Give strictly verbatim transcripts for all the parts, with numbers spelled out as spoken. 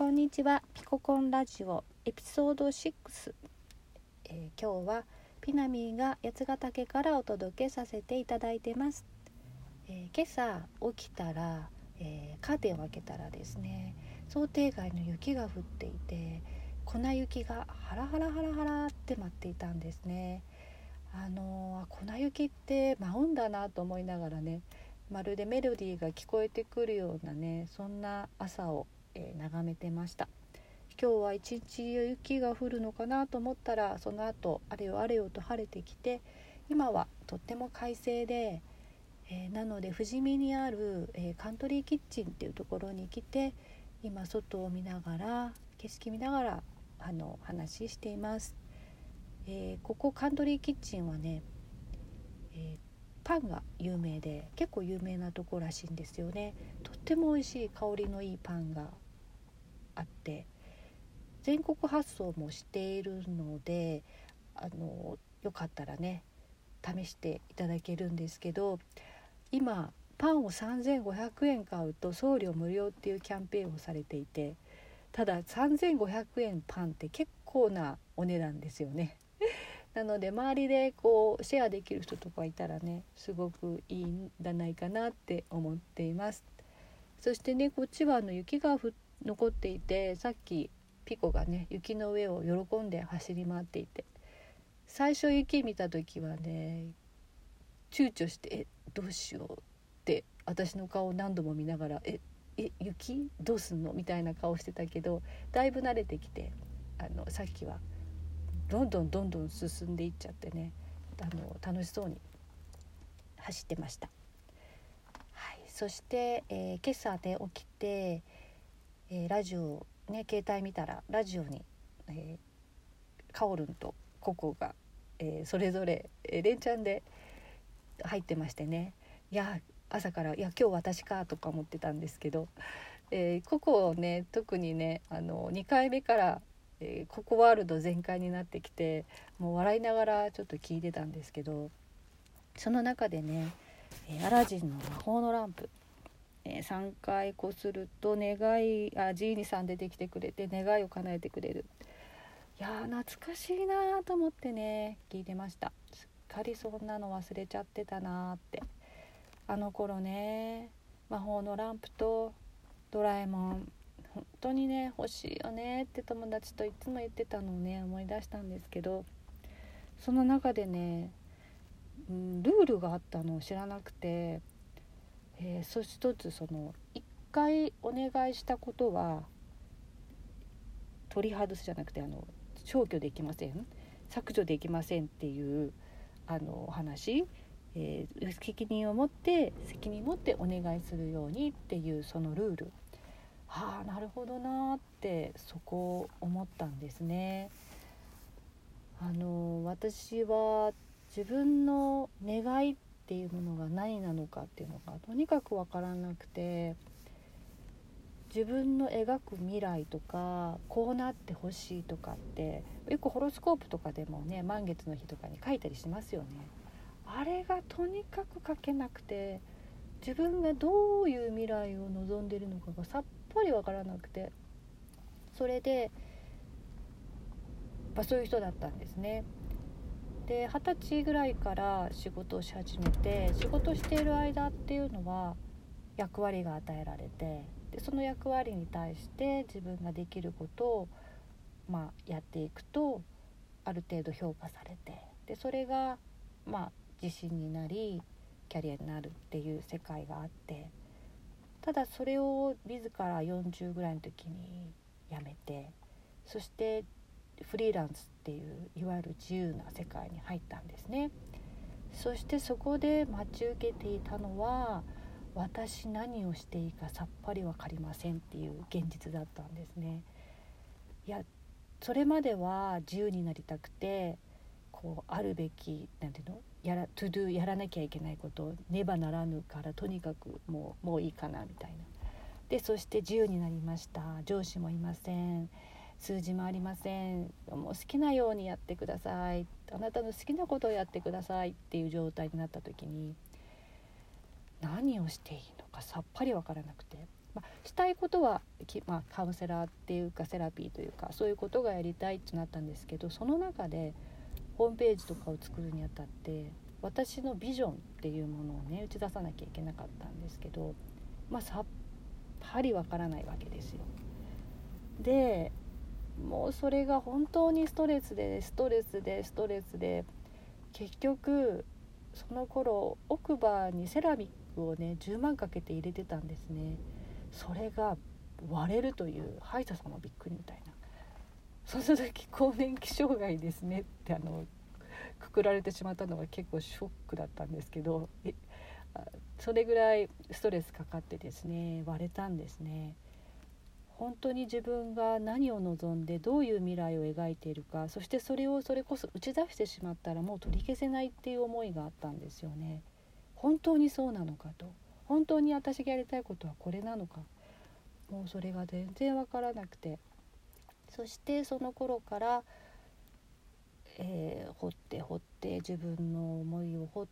こんにちは。ピココンラジオエピソードろく、えー、今日はピナミーが八ヶ岳からお届けさせていただいてます。えー、今朝起きたら、えー、カーテンを開けたらですね、想定外の雪が降っていて、粉雪がハラハラハラハラって舞っていたんですね。あのー、粉雪って舞うんだなと思いながらね、まるでメロディーが聞こえてくるようなね、そんな朝をえー、眺めてました。今日は一日雪が降るのかなと思ったら、その後あれよあれよと晴れてきて、今はとっても快晴で、えー、なので富士見にある、えー、カントリーキッチンっていうところに来て、今外を見ながら景色見ながらあの話しています。えー、ここカントリーキッチンはね、えー、パンが有名で結構有名なところらしいんですよね。とっても美味しい香りのいいパンがあって、全国発送もしているので、あのよかったらね試していただけるんですけど、今パンをさんぜんごひゃくえん買うと送料無料っていうキャンペーンをされていて、たださんぜんごひゃくえんパンって結構なお値段ですよね。なので周りでこうシェアできる人とかいたらね、すごくいいんじゃないかなって思っています。そしてね、こっちはあの雪が降残っていて、さっきピコがね雪の上を喜んで走り回っていて、最初雪見た時はね躊躇して、えどうしようって私の顔を何度も見ながら、ええ雪どうすんのみたいな顔してたけど、だいぶ慣れてきて、あのさっきはどんどんどんどん進んでいっちゃってね、あの楽しそうに走ってました。はい、そして、えー、今朝ね起きて、えー、ラジオね携帯見たらラジオに、えー、カオルンとココが、えー、それぞれ、えー、連チャンで入ってましてね、いや朝からいや今日私かとか思ってたんですけど、えー、ココをね特にねあのにかいめから、えー、ココワールド全開になってきて、もう笑いながらちょっと聞いてたんですけど、その中でね、えー、アラジンの魔法のランプ、えー、さんかいこすると願いあジーニさん出てきてくれて願いを叶えてくれる。いやー懐かしいなと思ってね聞いてました。すっかりそんなの忘れちゃってたなって。あの頃ね魔法のランプとドラえもん本当にね欲しいよねって友達といつも言ってたのをね思い出したんですけど、その中でね、うん、ルールがあったのを知らなくて、えー、そ一つその一回お願いしたことは取り外すじゃなくてあの消去できません、削除できませんっていうあの話、えー、責任を持って責任を持ってお願いするようにっていうそのルール、はあなるほどなってそこを思ったんですね。あの私は自分の願いっていうものが何なのかっていうのがとにかく分からなくて、自分の描く未来とかこうなってほしいとかってよくホロスコープとかでもね満月の日とかに書いたりしますよね。あれがとにかく書けなくて、自分がどういう未来を望んでいるのかがさっぱり分からなくて、それで、まあ、そういう人だったんですね。で二十歳ぐらいから仕事をし始めて、仕事している間っていうのは役割が与えられて、でその役割に対して自分ができることを、まあ、やっていくとある程度評価されて、でそれが、まあ、自信になりキャリアになるっていう世界があって、ただそれを自らよんじゅうぐらいの時に辞めて、そしてフリーランスっていういわゆる自由な世界に入ったんですね。そしてそこで待ち受けていたのは、私何をしていいかさっぱり分かりませんっていう現実だったんですね。いやそれまでは自由になりたくて、こうあるべきなんていうのやら to do やらなきゃいけないことをねばならぬからとにかくもうもういいかなみたいな。でそして自由になりました。上司もいません、数字もありません、もう好きなようにやってください、あなたの好きなことをやってくださいっていう状態になった時に、何をしていいのかさっぱりわからなくて、 まあ、したいことは、まあ、カウンセラーっていうかセラピーというかそういうことがやりたいってなったんですけど、その中でホームページとかを作るにあたって私のビジョンっていうものをね打ち出さなきゃいけなかったんですけど、まあさっぱりわからないわけですよ。でもうそれが本当にストレスでストレスでストレスで結局その頃奥歯にセラミックをねじゅうまんかけて入れてたんですね。それが割れるという、歯医者さんもびっくりみたいな、その時更年期障害ですねってあのくくられてしまったのが結構ショックだったんですけど、えそれぐらいストレスかかってですね割れたんですね。本当に自分が何を望んでどういう未来を描いているか、そしてそれをそれこそ打ち出してしまったらもう取り消せないっていう思いがあったんですよね。本当にそうなのかと、本当に私がやりたいことはこれなのか、もうそれが全然わからなくて、そしてその頃から、えー掘って掘って自分の思いを掘って、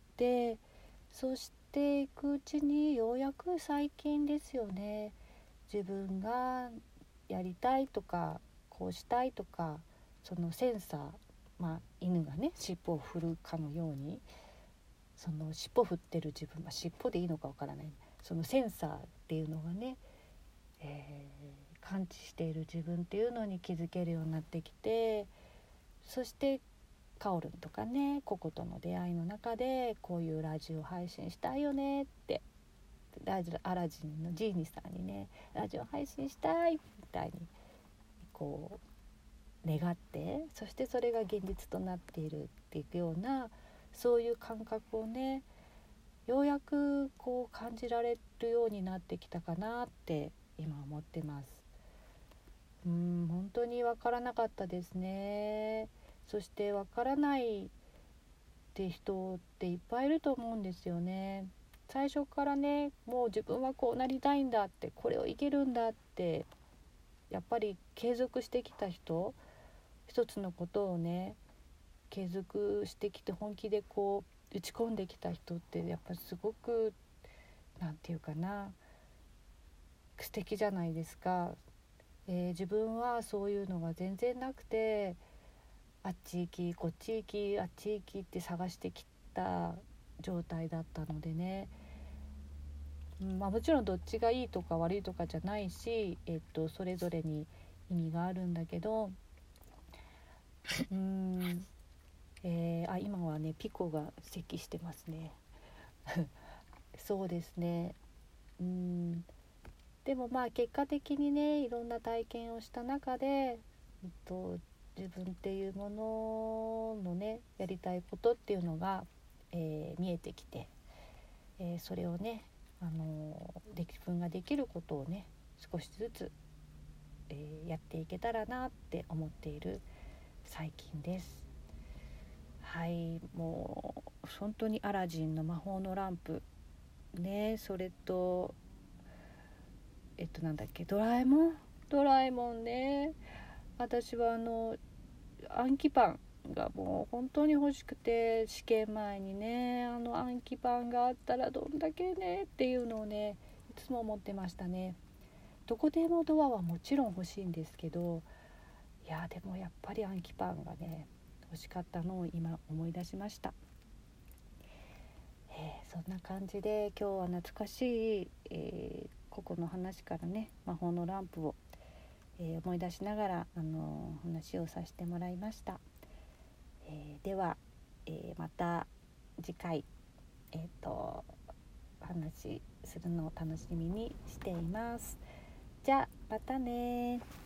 そしていくうちにようやく最近ですよね、自分がやりたいとかこうしたいとか、そのセンサー、まあ、犬がね尻尾を振るかのように、その尻尾振ってる自分は尻尾でいいのかわからない、そのセンサーっていうのがね、えー、感知している自分っていうのに気づけるようになってきて、そしてカオルンとかねココとの出会いの中でこういうラジオ配信したいよねって、ラジアラジンのジーニさんにねラジオ配信したいみたいにこう願って、そしてそれが現実となっているっていうような、そういう感覚をねようやくこう感じられるようになってきたかなって今思ってます。うーん本当に分からなかったですね。そして分からないって人っていっぱいいると思うんですよね。最初からねもう自分はこうなりたいんだって、これをいけるんだってやっぱり継続してきた人、一つのことをね継続してきて本気でこう打ち込んできた人ってやっぱりすごくなんていうかな素敵じゃないですか。えー自分はそういうのが全然なくて、あっち行きこっち行きあっち行きって探してきた状態だったのでね、うんまあ、もちろんどっちがいいとか悪いとかじゃないし、えっと、それぞれに意味があるんだけど、うーん、えー、あ今はねピコが咳してますねそうですね、うーんでもまあ結果的にねいろんな体験をした中で、えっと、自分っていうもののねやりたいことっていうのが、えー見えてきて、えーそれをね、あのー自分ができることをね少しずつ、えーやっていけたらなって思っている最近です。はい、もう本当にアラジンの魔法のランプね、それとえっとなんだっけドラえもんドラえもんね、私はあの暗記パンがもう本当に欲しくて、試験前にねあの暗記パンがあったらどんだけねっていうのをねいつも思ってましたね。どこでもドアはもちろん欲しいんですけど、いやでもやっぱり暗記パンがね欲しかったのを今思い出しました。えーそんな感じで今日は懐かしい、えー、ここの話からね魔法のランプを、えー思い出しながら、あのー話をさせてもらいました。えーでは、えーまた次回、えー、と話するのを楽しみにしています。じゃあまたね。